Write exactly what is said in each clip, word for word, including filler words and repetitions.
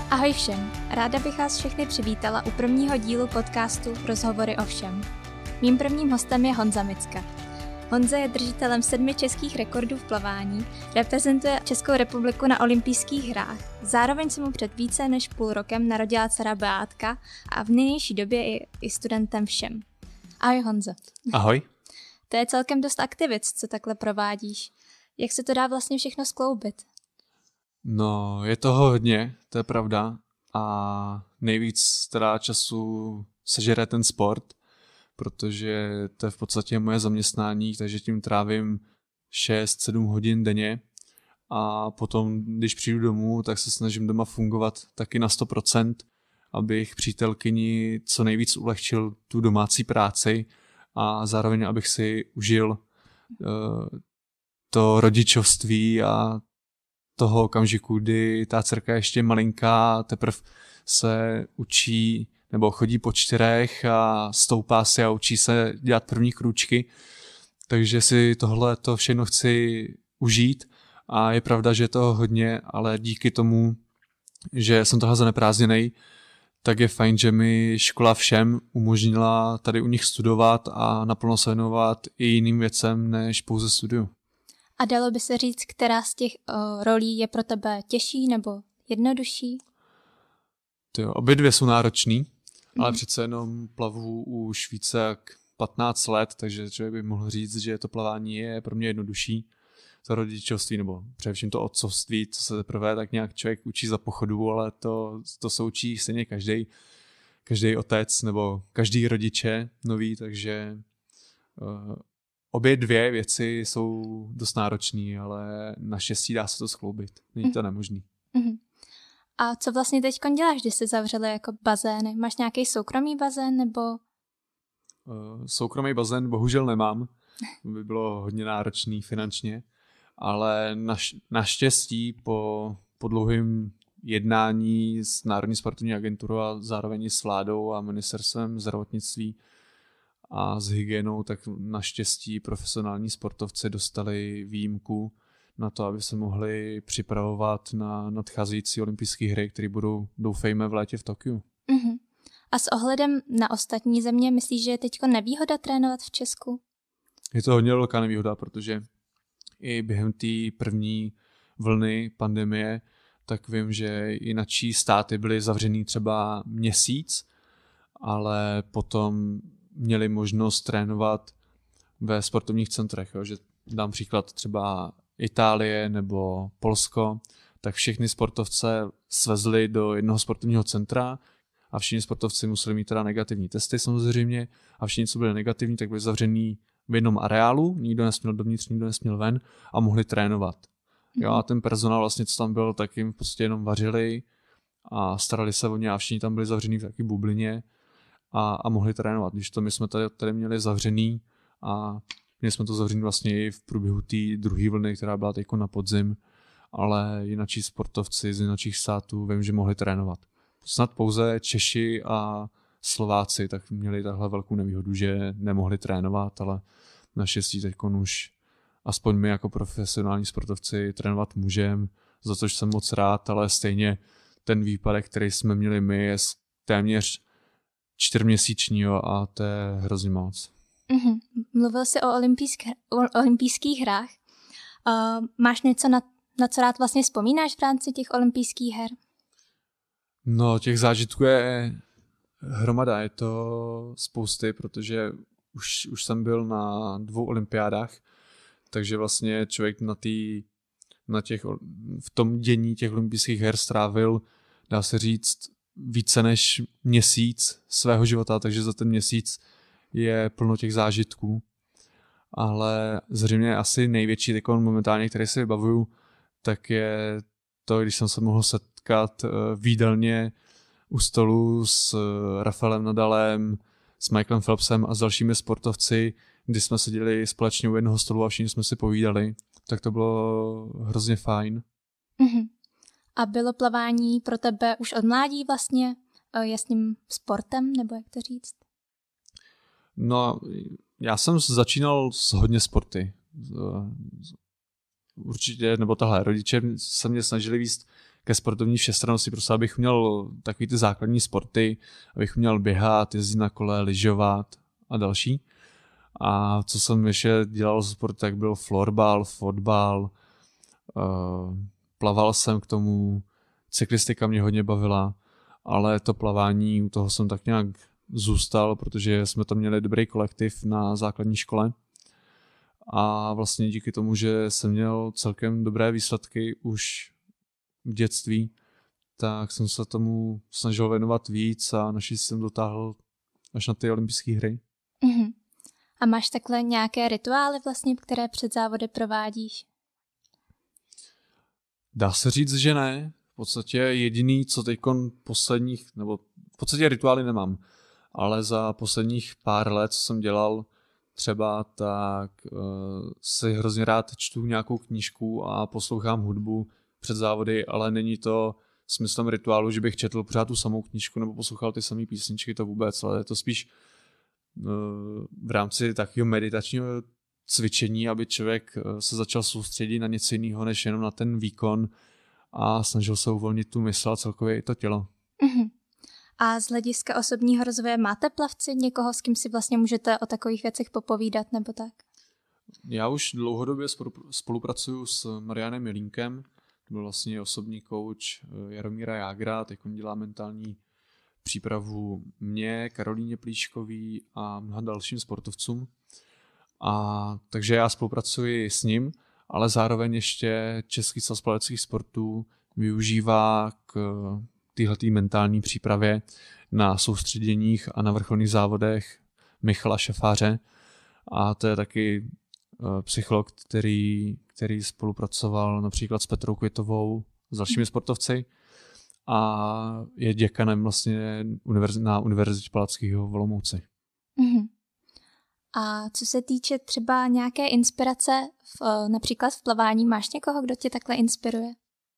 Ahoj všem, ráda bych vás všechny přivítala u prvního dílu podcastu Rozhovory o všem. Mým prvním hostem je Honza Micka. Honza je držitelem sedmi českých rekordů v plavání, reprezentuje Českou republiku na olympijských hrách, zároveň se mu před více než půl rokem narodila dcera Beátka a v nynější době je i studentem všem. Ahoj Honzo. Ahoj. To je celkem dost aktivit, co takhle provádíš. Jak se to dá vlastně všechno skloubit? No, je toho hodně, to je pravda. A nejvíc teda času sežere ten sport, protože to je v podstatě moje zaměstnání, takže tím trávím šest sedm hodin denně. A potom, když přijdu domů, tak se snažím doma fungovat taky na sto procent, abych přítelkyni co nejvíc ulehčil tu domácí práci a zároveň abych si užil uh, to rodičovství a toho okamžiku, kdy ta dcerka je ještě malinká, teprve se učí nebo chodí po čtyřech a stoupá si a učí se dělat první krůčky. Takže si tohle to všechno chci užít a je pravda, že je toho hodně, ale díky tomu, že jsem toho zaneprázdněnej, tak je fajn, že mi škola všem umožnila tady u nich studovat a naplno se věnovat i jiným věcem než pouze studiu. A dalo by se říct, která z těch o, rolí je pro tebe těžší nebo jednodušší? Tyjo, obě dvě jsou náročný, mm. ale Mhm. přece jenom plavu už více jak patnáct let, takže člověk by mohl říct, že to plavání je pro mě jednodušší. To rodičovství nebo především to otcovství, co se teprve tak nějak člověk učí za pochodu, ale to, to se učí stejně každý, každý otec nebo každý rodiče nový, takže uh, obě dvě věci jsou dost náročný, ale naštěstí dá se to skloubit. Není to nemožný. Mhm. A co vlastně teď děláš, když jsi zavřela jako bazén? Máš nějaký soukromý bazén nebo... Uh, soukromý bazén bohužel nemám, by bylo hodně náročný finančně, ale naš, naštěstí po, po dlouhém jednání s Národní sportovní agenturou a zároveň s vládou a ministerstvem zdravotnictví a s hygienou, tak naštěstí profesionální sportovci dostali výjimku na to, aby se mohli připravovat na nadcházející olympijské hry, které budou, doufejme, v létě v Tokiu. Mhm. A s ohledem na ostatní země myslíš, že je teď nevýhoda trénovat v Česku? Je to hodně velká nevýhoda, protože i během té první vlny pandemie, tak vím, že jinačí státy byly zavřený třeba měsíc, ale potom měli možnost trénovat ve sportovních centrech. Jo? Že dám příklad třeba Itálie nebo Polsko, tak všichni sportovce svezli do jednoho sportovního centra a všichni sportovci museli mít teda negativní testy samozřejmě a všichni, co byli negativní, tak byli zavřený v jednom areálu, nikdo nesměl dovnitř, nikdo nesměl ven a mohli trénovat. Mm-hmm. Jo, a ten personál vlastně, co tam byl, tak jim prostě jenom vařili a starali se o ně a všichni tam byli zavřený v taky bublině a, a mohli trénovat. Když to my jsme tady, tady měli zavřený a měli jsme to zavřený vlastně i v průběhu té druhé vlny, která byla teď na podzim, ale jinačí sportovci z jinakých států vím, že mohli trénovat. Snad pouze Češi a Slováci tak měli tahle velkou nevýhodu, že nemohli trénovat, ale naštěstí teď už aspoň my jako profesionální sportovci trénovat můžeme, za což jsem moc rád, ale stejně ten výpadek, který jsme měli my, je téměř čtyřměsíčního a to je hrozně moc. Mhm. Mluvil jsi o olympijských, o olympijských hrách. Uh, máš něco, na, na co rád vlastně vzpomínáš v rámci těch olympijských her? No, těch zážitků je hromada, je to spousty, protože už, už jsem byl na dvou olympiádách, takže vlastně člověk na, tý, na těch, v tom dění těch olympijských her strávil, dá se říct, více než měsíc svého života, takže za ten měsíc je plno těch zážitků. Ale zřejmě asi největší takon momentálně, který si vybavuju, tak je to, když jsem se mohl setkat v jídelně u stolu s Rafaelem Nadalem, s Michaelem Phelpsem a s dalšími sportovci, kdy jsme seděli společně u jednoho stolu a všichni jsme si povídali, tak to bylo hrozně fajn. Mhm. A bylo plavání pro tebe už od mládí vlastně jasným sportem, nebo jak to říct? No, já jsem začínal s hodně sporty. Určitě, nebo tahle, rodiče se mě snažili víc ke sportovní všestrannosti, prostě abych měl takový ty základní sporty, abych měl běhat, jezdit na kole, lyžovat a další. A co jsem ještě dělal z sport, tak byl florbal, fotbal, uh, plaval jsem k tomu, cyklistika mě hodně bavila, ale to plavání, u toho jsem tak nějak zůstal, protože jsme tam měli dobrý kolektiv na základní škole. A vlastně díky tomu, že jsem měl celkem dobré výsledky už v dětství, tak jsem se tomu snažil věnovat víc a naštěstí jsem dotáhl až na ty olympijské hry. Mm-hmm. A máš takhle nějaké rituály vlastně, které před závody provádíš? Dá se říct, že ne. V podstatě jediný, co teďkon posledních, nebo v podstatě rituály nemám, ale za posledních pár let, co jsem dělal třeba, tak uh, si hrozně rád čtu nějakou knížku a poslouchám hudbu před závody, ale není to smyslem rituálu, že bych četl pořád tu samou knížku nebo poslouchal ty samé písničky, to vůbec, ale je to spíš uh, v rámci takového meditačního cvičení, aby člověk se začal soustředit na něco jiného, než jenom na ten výkon a snažil se uvolnit tu mysl a celkově i to tělo. Mm-hmm. A z hlediska osobního rozvoje máte plavci někoho, s kým si vlastně můžete o takových věcech popovídat nebo tak? Já už dlouhodobě spolupracuju s Marianem Jelínkem, to byl vlastně osobní kouč Jaromíra Jágra, teď on dělá mentální přípravu mě, Karolíně Plíškový a mnoha dalším sportovcům. A takže já spolupracuji s ním, ale zároveň ještě Český svaz plaveckých sportů využívá k téhletý mentální přípravě na soustředěních a na vrcholných závodech Michala Šafáře. A to je taky psycholog, který, který spolupracoval například s Petrou Květovou, s dalšími sportovci a je děkanem vlastně na Univerzitě Palackého v Olomouci. Mm-hmm. A co se týče třeba nějaké inspirace v, například v plavání, máš někoho, kdo tě takhle inspiruje?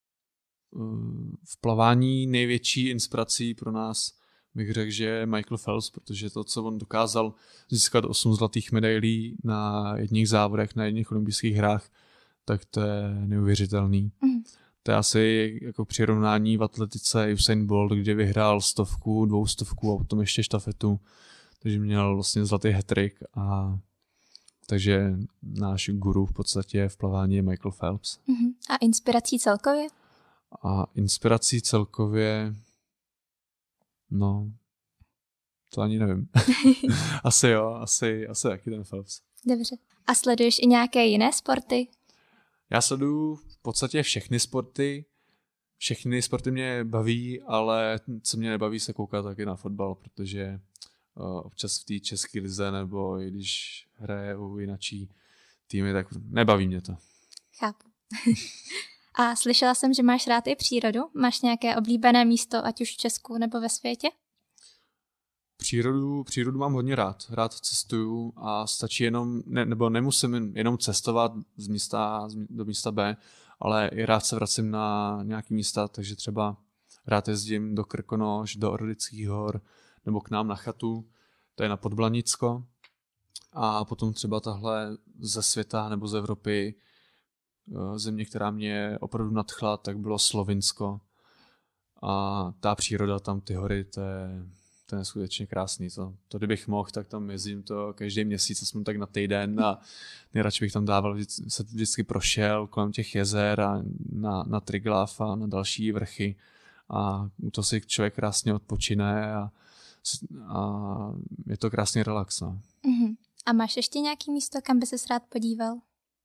V plavání největší inspirací pro nás bych řekl, že je Michael Phelps, protože to, co on dokázal získat osm zlatých medailí na jedních závodech, na jedních olympijských hrách, tak to je neuvěřitelný. Mm. To je asi jako přirovnání v atletice Usain Bolt, kde vyhrál stovku, dvoustovku a potom ještě štafetu. Takže měl vlastně zlatý hat-trick a takže náš guru v podstatě v plavání je Michael Phelps. Uh-huh. A inspirací celkově? A inspirací celkově, no, to ani nevím. asi jo, asi, asi taky ten Phelps. Dobře. A sleduješ i nějaké jiné sporty? Já sleduju v podstatě všechny sporty. Všechny sporty mě baví, ale co mě nebaví se koukat taky na fotbal, protože občas v té české lize, nebo i když hraje u jinačí týmy, tak nebaví mě to. Chápu. A slyšela jsem, že máš rád i přírodu. Máš nějaké oblíbené místo, ať už v Česku nebo ve světě? Přírodu, přírodu mám hodně rád. Rád cestuju a stačí jenom, ne, nebo nemusím jenom cestovat z místa A do místa B, ale i rád se vracím na nějaký místa, takže třeba rád jezdím do Krkonoš, do Orlických hor, nebo k nám na chatu, to je na Podblanicko. A potom třeba tahle ze světa nebo z Evropy země, která mě opravdu nadchla, tak bylo Slovinsko. A ta příroda tam, ty hory, to je, to je skutečně krásný. To, to kdybych mohl, tak tam jezdím to každý měsíc, aspoň tak na týden a nejradši bych tam dával, se vždycky prošel kolem těch jezer a na, na Triglav a na další vrchy. A to si člověk krásně odpočine a a je to krásný relax. No. Uh-huh. A máš ještě nějaký místo, kam by ses rád podíval?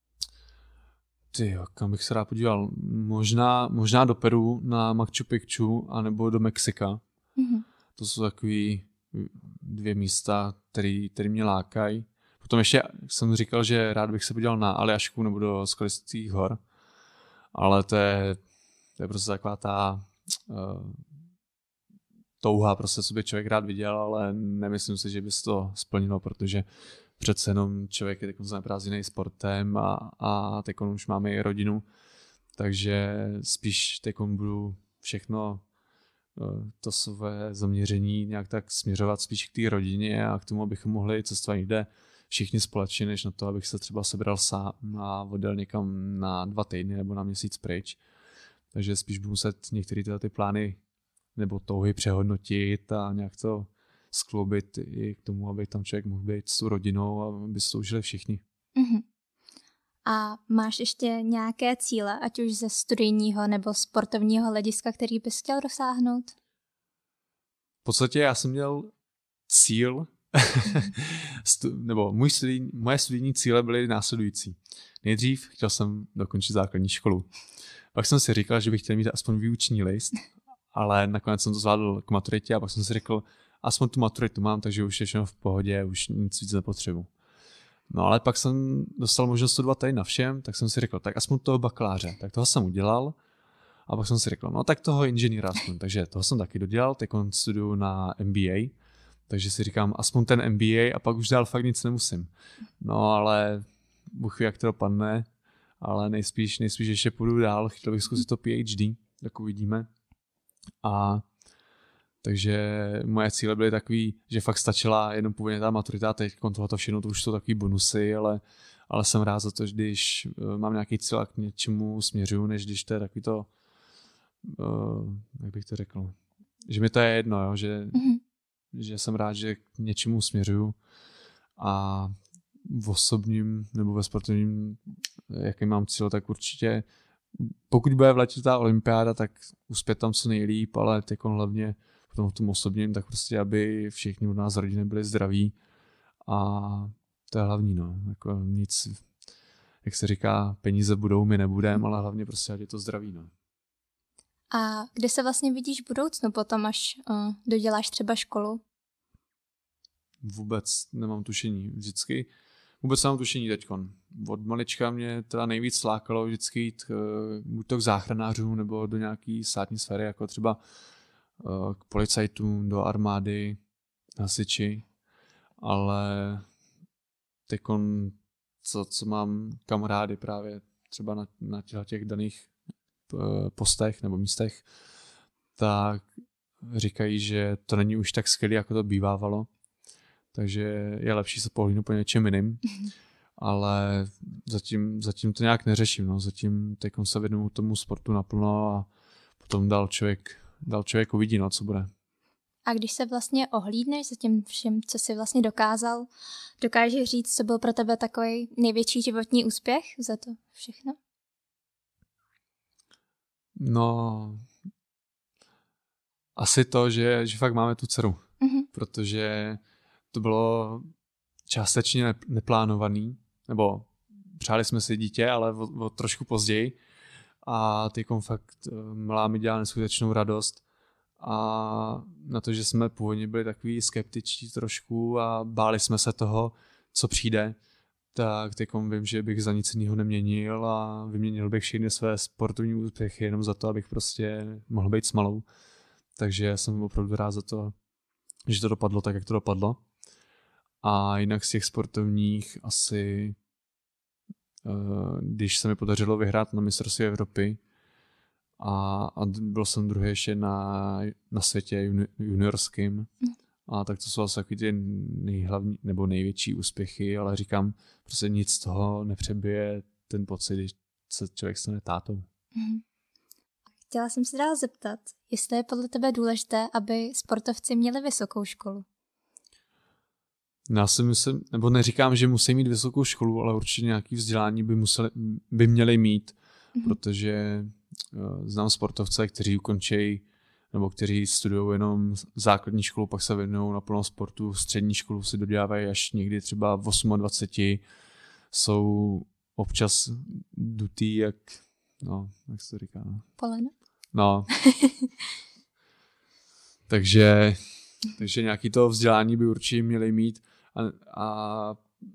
Ty jo, kam bych se rád podíval? Možná, možná do Peru na Machu Picchu, anebo do Mexika. Uh-huh. To jsou takový dvě místa, který, který mě lákají. Potom ještě jsem říkal, že rád bych se podíval na Aljašku nebo do Skalistých hor. Ale to je, to je prostě taková ta uh, touha, prostě co by člověk rád viděl, ale nemyslím si, že by se to splnilo, protože přece jenom člověk je teď zaneprázdněný sportem a, a teď už máme i rodinu, takže spíš teď budu všechno to své zaměření nějak tak směřovat spíš k té rodině a k tomu, abychom mohli cestovat někde všichni společně, než na to, abych se třeba sebral sám a odjel někam na dva týdny nebo na měsíc pryč. takže spíš budu muset některé tyhle ty plány nebo touhy přehodnotit a nějak to skloubit i k tomu, aby tam člověk mohl být s tou rodinou a aby sloužili všichni. Mm-hmm. A máš ještě nějaké cíle, ať už ze studijního nebo sportovního hlediska, který bys chtěl dosáhnout? V podstatě já jsem měl cíl, nebo můj studijní, moje studijní cíle byly následující. Nejdřív chtěl jsem dokončit základní školu. Pak jsem si říkal, že bych chtěl mít aspoň výuční list, ale nakonec jsem to zvládl k maturitě a pak jsem si řekl, aspoň tu maturitu mám, takže už je všechno v pohodě, už nic víc nepotřebuji. No ale pak jsem dostal možnost studovat tady na všem, tak jsem si řekl, tak aspoň toho bakaláře, tak toho jsem udělal a pak jsem si řekl, no tak toho inženýra aspoň, takže toho jsem taky dodělal, teď studuju na M B A, takže si říkám, aspoň ten M B A a pak už dál fakt nic nemusím. No ale Bůh ví, jak to dopadne, ale nejspíš, nejspíš ještě půjdu dál, chtěl bych zkusit to P H D, tak uvidíme. A takže moje cíle byly takový, že fakt stačila jenom původně ta maturita, teď tohoto všechno, to už jsou takový bonusy, ale, ale jsem rád za to, že když mám nějaký cíl a k něčemu směřuju, než když to je takový to, uh, jak bych to řekl, že mi to je jedno, jo? Že, mm-hmm. že jsem rád, že k něčemu směřuju a v osobním nebo ve sportovním, jaký mám cíl, tak určitě, pokud bude v létě ta olympiáda, tak uspět tam co nejlíp, ale teď hlavně v tom osobním, tak prostě, aby všichni od nás z rodiny byli zdraví a to je hlavní, no, jako nic, jak se říká, peníze budou, my nebudeme, ale hlavně prostě, ať je to zdraví, no. A kde se vlastně vidíš v budoucnu potom, až uh, doděláš třeba školu? Vůbec nemám tušení, vždycky, vůbec nemám tušení teďkon. Od malička mě teda nejvíc lákalo vždycky jít uh, buď to k záchranářům, nebo do nějaký státní sféry, jako třeba k policajtům, do armády, hasiči, ale teďkon, co, co mám kamarády právě třeba na, na těch daných postech nebo místech, tak říkají, že to není už tak skvělé, jako to bývávalo, takže je lepší se pohlídnout po něčem jiným, ale zatím, zatím to nějak neřeším, no. Zatím teďkon se věnuju tomu sportu naplno a potom dál člověk dal člověk uvidí, no, co bude. A když se vlastně ohlídneš za tím všem, co jsi vlastně dokázal, dokážeš říct, co byl pro tebe takový největší životní úspěch za to všechno? No, asi to, že, že fakt máme tu dceru, mm-hmm. protože to bylo částečně neplánovaný, nebo přáli jsme si dítě, ale o, o trošku později. A teďkom fakt malá mi dělá neskutečnou radost a na to, že jsme původně byli takový skeptičtí trošku a báli jsme se toho, co přijde, tak teďkom vím, že bych za nic jiného neměnil a vyměnil bych všechny své sportovní úspěchy jenom za to, abych prostě mohl být s malou. Takže jsem opravdu rád za to, že to dopadlo tak, jak to dopadlo. A jinak z těch sportovních asi když se mi podařilo vyhrát na mistrovství Evropy a, a byl jsem druhý ještě na, na světě juni, juniorským a tak to jsou asi takový ty nejhlavní nebo největší úspěchy, ale říkám, prostě nic z toho nepřebije ten pocit, když se člověk stane tátou. Chtěla jsem se dál zeptat, jestli je podle tebe důležité, aby sportovci měli vysokou školu? Já si myslím, nebo neříkám, že musí mít vysokou školu, ale určitě nějaké vzdělání by, museli, by měli mít, mm-hmm. protože uh, znám sportovce, kteří ukončí nebo kteří studují jenom základní školu, pak se věnují naplno sportu, střední školu si dodělávají až někdy třeba v dvaceti osmi, jsou občas dutý, jak, no, jak se to říká, no. Polena? No. takže, takže nějaký to vzdělání by určitě měli mít. A, a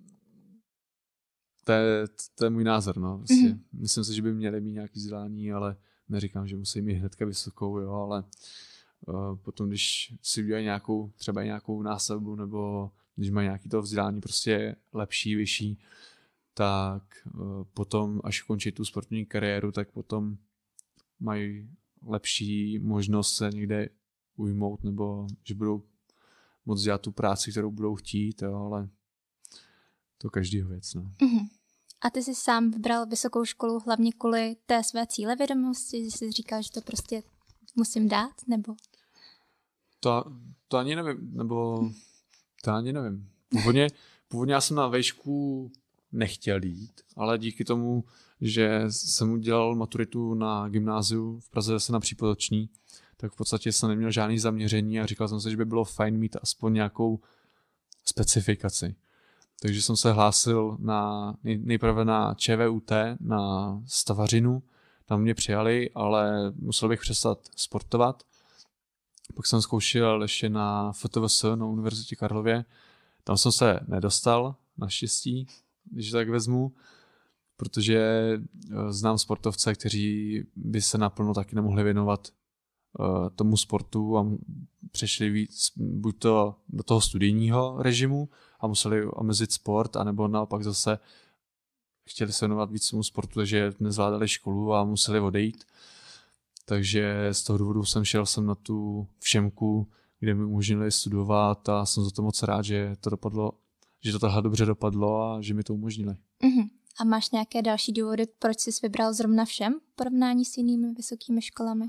to, je, to je můj názor, no. Vlastně. Mm-hmm. Myslím si, že by měli mít nějaké vzdělání, ale neříkám, že musí mít hnedka vysokou, jo, ale uh, potom, když si udělají nějakou, třeba nějakou nástavbu, nebo když mají nějaké to vzdělání prostě lepší, vyšší, tak uh, potom, až končí tu sportovní kariéru, tak potom mají lepší možnost se někde ujmout, nebo že budou moc dělat tu práci, kterou budou chtít, jo, ale to každýho věc. No. Uh-huh. A ty jsi sám vybral vysokou školu hlavně kvůli té své cílevědomosti, že jsi říkal, že to prostě musím dát, nebo? To, to ani nevím, nebo to ani nevím. Původně, původně já jsem na vejšku nechtěl jít, ale díky tomu, že jsem udělal maturitu na gymnáziu v Praze se na Přípotoční, tak v podstatě jsem neměl žádný zaměření a říkal jsem si, že by bylo fajn mít aspoň nějakou specifikaci. Takže jsem se hlásil na, nejprve na ČVUT, na stavařinu, tam mě přijali, ale musel bych přestat sportovat. Pak jsem zkoušel ještě na F T V S na Univerzitě Karlově, tam jsem se nedostal, naštěstí, když tak vezmu, protože znám sportovce, kteří by se naplno taky nemohli věnovat uh, tomu sportu a přešli víc buď to do toho studijního režimu a museli omezit sport, anebo naopak zase chtěli se věnovat víc tomu sportu, takže nezvládali školu a museli odejít. Takže z toho důvodu jsem šel jsem na tu všemku, kde mi umožnili studovat a jsem za to moc rád, že to dopadlo, že to takhle dobře dopadlo a že mi to umožnili. Uh-huh. A máš nějaké další důvody, proč jsi vybral zrovna všem v porovnání s jinými vysokými školami?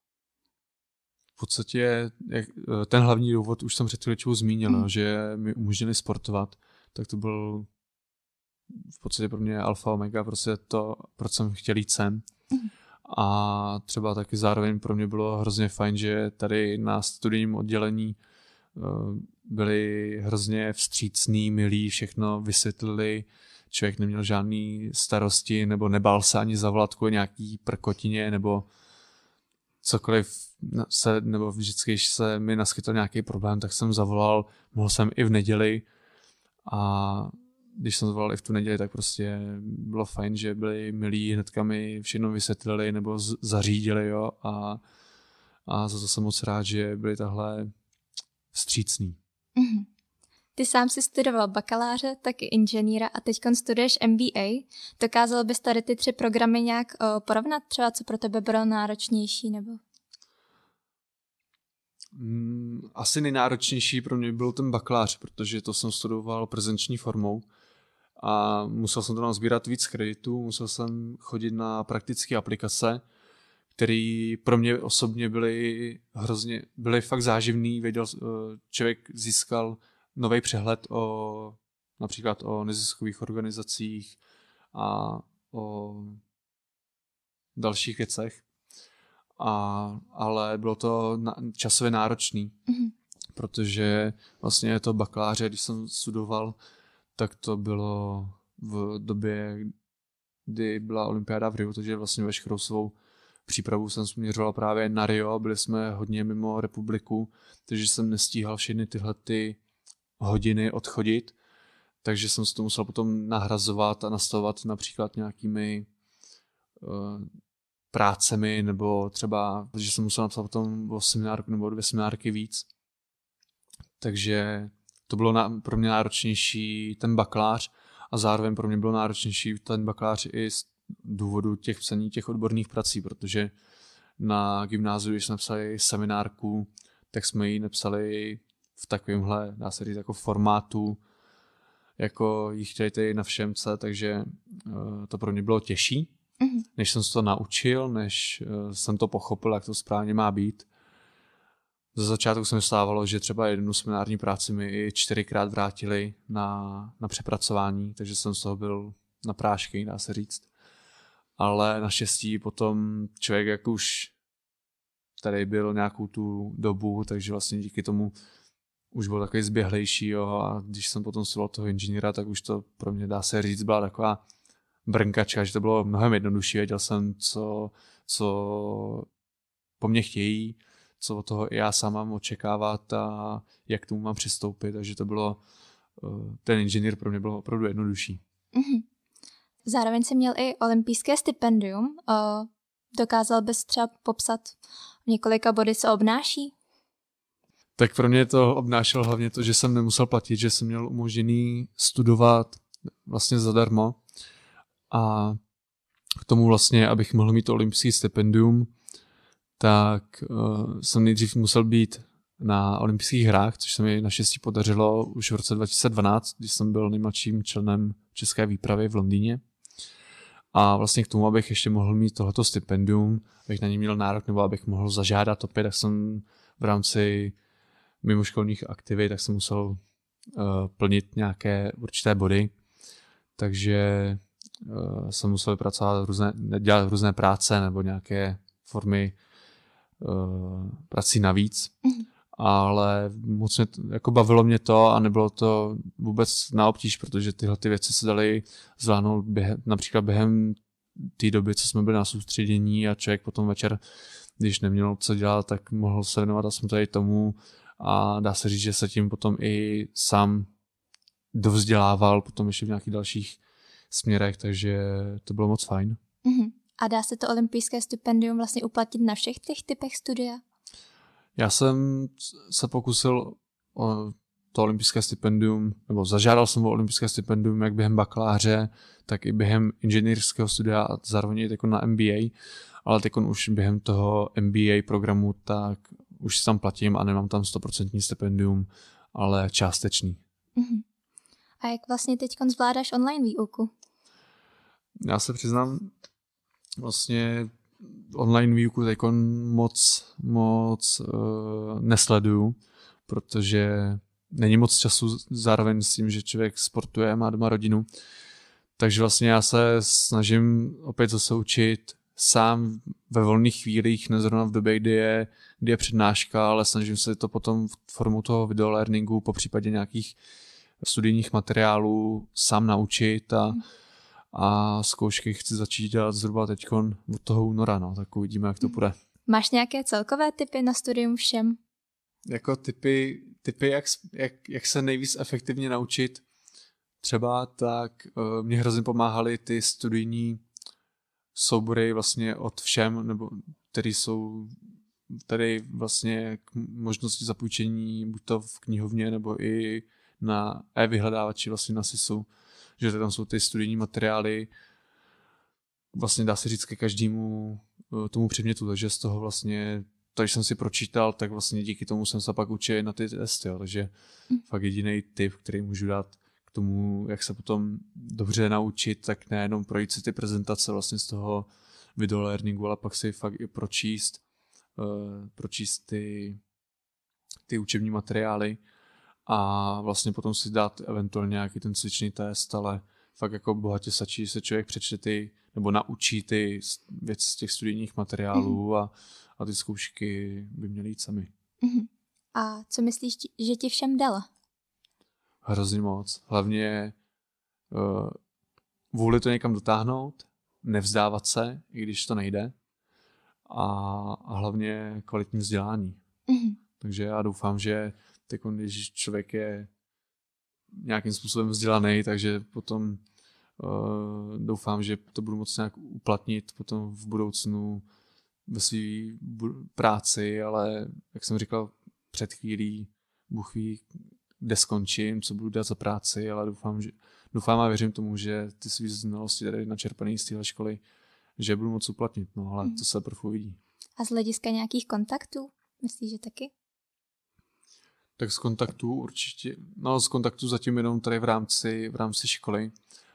V podstatě jak, ten hlavní důvod už jsem před chvíličkou zmínil, uh-huh. že mi umožnili sportovat, tak to byl v podstatě pro mě alfa omega, prostě to, proč jsem chtěl jít sem. Uh-huh. A třeba taky zároveň pro mě bylo hrozně fajn, že tady na studijním oddělení byli hrozně vstřícní, milí, všechno vysvětlili, člověk neměl žádný starosti nebo nebál se ani zavolat kvůli nějaký prkotině nebo cokoliv se, nebo vždycky, když se mi naskytl nějaký problém, tak jsem zavolal, mohl jsem i v neděli a když jsem zavolal i v tu neděli, tak prostě bylo fajn, že byli milí, hnedka mi všechno vysvětlili nebo z- zařídili, jo, a, a za to jsem moc rád, že byli tahle vstřícní. Mm-hmm. Ty sám si studoval bakaláře, taky inženýra a teď studuješ M B A. Dokázal bys tady ty tři programy nějak o, porovnat? Třeba co pro tebe bylo náročnější? Nebo? Mm, asi nejnáročnější pro mě byl ten bakalář, protože to jsem studoval prezenční formou a musel jsem to nazbírat víc kreditů, musel jsem chodit na praktické aplikace, který pro mě osobně byly hrozně, byly fakt záživný, věděl, člověk získal nový přehled o například o neziskových organizacích a o dalších věcech, a, ale bylo to na, časově náročný, mm-hmm. protože vlastně to bakaláře, když jsem studoval, tak to bylo v době, kdy byla olympiáda v Riu, takže vlastně veškerou svou přípravu jsem směřoval právě na Rio, byli jsme hodně mimo republiku, takže jsem nestíhal všechny tyhle ty hodiny odchodit, takže jsem si to musel potom nahrazovat a nastavovat například nějakými uh, prácemi, nebo třeba, že jsem musel napsat potom o seminárku nebo dvě seminárky víc. Takže to bylo na, pro mě náročnější ten bakalář a zároveň pro mě bylo náročnější ten bakalář i z důvodu těch psaní těch odborných prací, protože na gymnáziu, když jsme psali seminárku, tak jsme ji nepsali v takovémhle, dá se říct, jako formátu, jako ji chtěli tady na všemce, takže uh, to pro mě bylo těžší, mm-hmm. než jsem se to naučil, než uh, jsem to pochopil, jak to správně má být. Za začátku se mi stávalo, že třeba jednu seminární práci mi i čtyřikrát vrátili na, na přepracování, takže jsem z toho byl na prášky, dá se říct. Ale naštěstí potom člověk, jak už tady byl nějakou tu dobu, takže vlastně díky tomu už byl takový zběhlejší, jo, a když jsem potom studoval toho inženýra, tak už to pro mě, dá se říct, byla taková brnkačka, že to bylo mnohem jednodušší, věděl jsem, co, co po mně chtějí, co od toho já sám mám očekávat a jak k tomu mám přistoupit, takže to bylo, ten inženýr pro mě byl opravdu jednodušší. Mm-hmm. Zároveň jsi měl i olympijské stipendium. O, dokázal bys třeba popsat několika body, co obnáší? Tak pro mě to obnášelo hlavně to, že jsem nemusel platit, že jsem měl umožněný studovat vlastně zadarmo a k tomu vlastně, abych mohl mít to olympijské stipendium, tak uh, jsem nejdřív musel být na olympijských hrách, což se mi naštěstí podařilo už v roce dva tisíce dvanáct, když jsem byl nejmladším členem české výpravy v Londýně. A vlastně k tomu, abych ještě mohl mít tohleto stipendium, abych na něj měl nárok, nebo abych mohl zažádat opět, tak jsem v rámci mimoškolních aktivit, tak jsem musel uh, plnit nějaké určité body. Takže uh, jsem musel pracovat různé, dělat různé práce nebo nějaké formy uh, prací navíc. Mm. Ale moc mě, jako bavilo mě to a nebylo to vůbec na obtíž, protože tyhle ty věci se daly zvládnout během, například během té doby, co jsme byli na soustředění a člověk potom večer, když neměl co dělat, tak mohl se věnovat aspoň tady tomu a dá se říct, že se tím potom i sám dovzdělával potom ještě v nějakých dalších směrech, takže to bylo moc fajn. Uh-huh. A dá se to olympijské stipendium vlastně uplatit na všech těch typech studia? Já jsem se pokusil o to olympijské stipendium, nebo zažádal jsem o olympijské stipendium jak během bakaláře, tak i během inženýrského studia a zároveň i na M B A, ale teď už během toho M B A programu, tak už si tam platím a nemám tam sto procent stipendium, ale částečný. Uh-huh. A jak vlastně teď zvládáš online výuku? Já se přiznám, vlastně online výuku teď moc, moc uh, nesleduju, protože není moc času zároveň s tím, že člověk sportuje, má doma rodinu. Takže vlastně já se snažím opět zase učit sám ve volných chvílích, ne zrovna v době, kdy je, kdy je přednáška, ale snažím se to potom v formu toho videolearningu, po případě nějakých studijních materiálů sám naučit a, a zkoušky chci začít dělat zhruba teď od toho února, no, tak uvidíme, jak to půjde. Máš nějaké celkové tipy na studium všem? Jako tipy, tipy jak, jak, jak se nejvíc efektivně naučit třeba, tak uh, mě hrozně pomáhaly ty studijní soubory vlastně od všem, nebo který jsou tady vlastně k možnosti zapůjčení buď to v knihovně, nebo i na e-vyhledávači vlastně na SISu, že tam jsou ty studijní materiály, vlastně dá se říct ke každému tomu předmětu, takže z toho vlastně, to, když jsem si pročítal, tak vlastně díky tomu jsem se pak učil na ty testy, jo, takže mm. fakt jediný tip, který můžu dát k tomu, jak se potom dobře naučit, tak nejenom projít si ty prezentace vlastně z toho videolearningu, ale pak si fakt i pročíst, uh, pročíst ty, ty učební materiály a vlastně potom si dát eventuálně nějaký ten cvičný test, ale fakt jako bohatě stačí, že se člověk přečte ty, nebo naučí ty věci z těch studijních materiálů mm. a, a ty zkoušky by měly jít sami. Mm. A co myslíš, že ti všem dala? Hrozně moc. Hlavně uh, vůli to někam dotáhnout, nevzdávat se, i když to nejde, a, a hlavně kvalitní vzdělání. Mm. Takže já doufám, že teď, když člověk je nějakým způsobem vzdělaný, takže potom uh, doufám, že to budu moct nějak uplatnit potom v budoucnu ve své bu- práci, ale jak jsem říkal před chvílí, Bůh ví, kde skončím, co budu dělat za práci, ale doufám, že, doufám a věřím tomu, že ty svý znalosti tady načerpané z téhle školy, že budu moct uplatnit, no ale mm. to se prv uvidí. A z hlediska nějakých kontaktů? Myslíš, že taky? Tak z kontaktů určitě, no z kontaktů zatím jenom tady v rámci, v rámci školy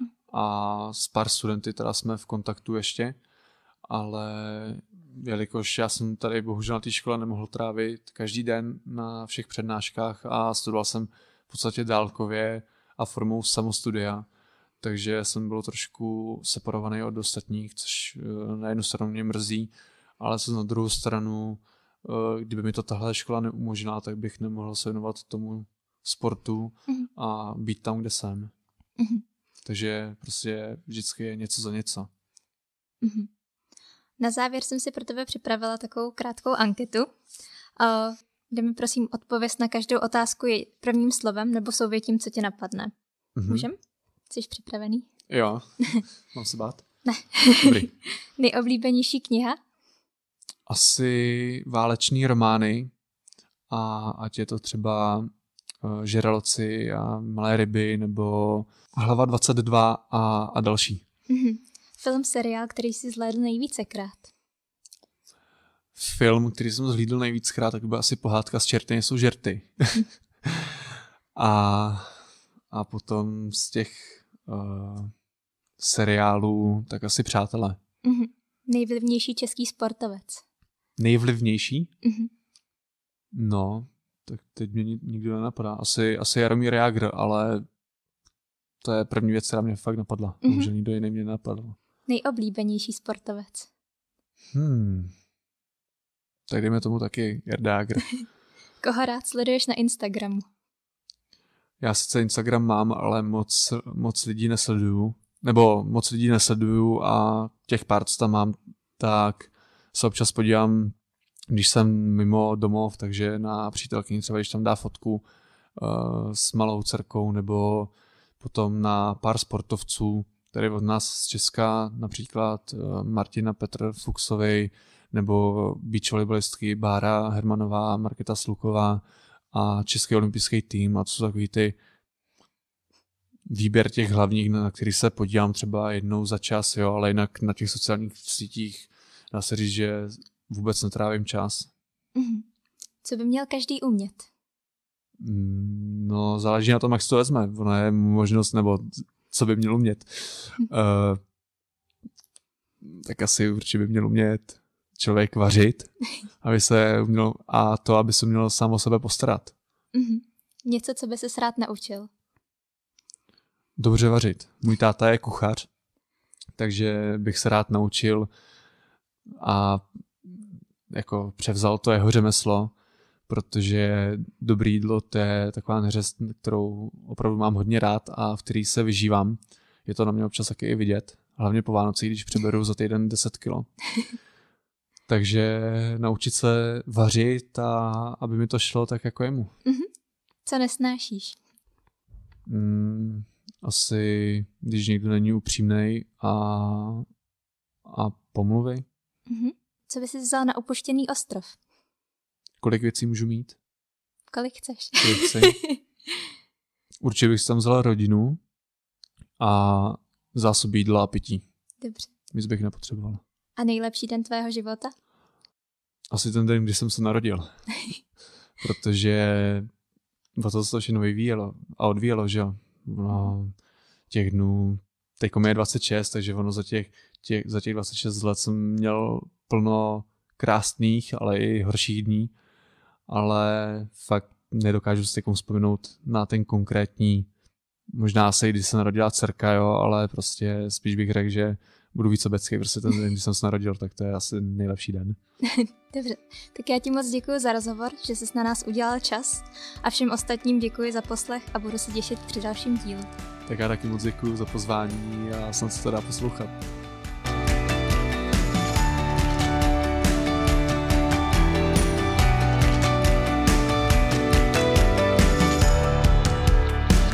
a s pár studenty teda jsme v kontaktu ještě, ale jelikož já jsem tady bohužel na té škole nemohl trávit každý den na všech přednáškách a studoval jsem v podstatě dálkově a formou samostudia, takže jsem byl trošku separovaný od ostatních, což na jednu stranu mě mrzí, ale na druhou stranu, kdyby mi to tahle škola neumožnila, tak bych nemohl se věnovat tomu sportu mm. a být tam, kde jsem. Mm. Takže prostě vždycky je něco za něco. Mm. Na závěr jsem si pro tebe připravila takovou krátkou anketu, uh, kde mi prosím odpověz na každou otázku je prvním slovem nebo souvětím, co tě napadne. Mm. Můžem? Jsi připravený? Jo, mám se bát. Ne. Dobrý. Nejoblíbenější kniha? Asi váleční romány a ať je to třeba uh, Žraloci a Malé ryby nebo Hlava dvacet dva a, a další. Mm-hmm. Film, seriál, který jsi zhlédl nejvícekrát? Film, který jsem zhlídl nejvíckrát, tak byl asi Pohádka z čerty nejsou žerty. a, a potom z těch uh, seriálů, tak asi Přátelé. Mm-hmm. Nejvlivnější český sportovec. Nejvlivnější? Mm-hmm. No, tak teď mě nikdo nenapadá. Asi, asi Jaromír Jágr, ale to je první věc, která mě fakt napadla. Mm-hmm. Že nikdo jiný mě nenapadl. Nejoblíbenější sportovec. Hmm. Tak dejme tomu taky Jarda Jágr. Koho rád sleduješ na Instagramu? Já sice Instagram mám, ale moc, moc lidí nesleduju. Nebo moc lidí nesleduju a těch pár, co tam mám, tak se občas podívám, když jsem mimo domov, takže na přítelkyni třeba, když tam dá fotku uh, s malou dcerkou, nebo potom na pár sportovců, tady od nás z Česka, například uh, Martina Petr Fuchsovej, nebo beach volejbalistky Bára Hermanová, Markéta Sluková a Český olympijský tým, a to jsou takový ty výběr těch hlavních, na který se podívám třeba jednou za čas, jo, ale jinak na těch sociálních sítích dá se říct, že vůbec netrávím čas. Mm-hmm. Co by měl každý umět? No, záleží na tom, jak se to vezme. Ono je možnost, nebo co by měl umět. uh, tak asi určitě by měl umět člověk vařit, aby se uměl, a to, aby se měl sám o sebe postarat. Mm-hmm. Něco, co by ses rád naučil? Dobře vařit. Můj táta je kuchař, takže bych se rád naučil a jako převzal to jeho řemeslo, protože dobré jídlo, to je taková neřest, kterou opravdu mám hodně rád a v který se vyžívám. Je to na mě občas taky i vidět, hlavně po Vánocích, když přeberu za týden deset kilo. Takže naučit se vařit a aby mi to šlo tak jako jemu. Mm-hmm. Co nesnášíš? Mm, asi, když někdo není upřímnej a, a pomluvy. Mm-hmm. Co bys si vzal na opuštěný ostrov? Kolik věcí můžu mít? Kolik chceš? Kolik chci? Určitě bych si tam vzal rodinu a zásoby jídla a pití. Dobře. Víc bych nepotřeboval. A nejlepší den tvého života? Asi ten den, kdy jsem se narodil. Protože o to se to všechno vyvíjelo a odvíjelo, že jo. No, těch dnů, teďko mi je dvacet šest, takže ono za těch, těch, za těch dvacet šest let jsem měl plno krásných, ale i horších dní. Ale fakt nedokážu si teďkom vzpomenout na ten konkrétní, možná se, když se narodila dcerka, jo, ale prostě spíš bych řekl, že budu víc sobecký, prostě ten den, když jsem se narodil, tak to je asi nejlepší den. Dobře, tak já ti moc děkuji za rozhovor, že jsi na nás udělal čas a všem ostatním děkuji za poslech a budu se těšit při dalším dílu. Tak já taky moc děkuji za pozvání a snad se to dá poslouchat.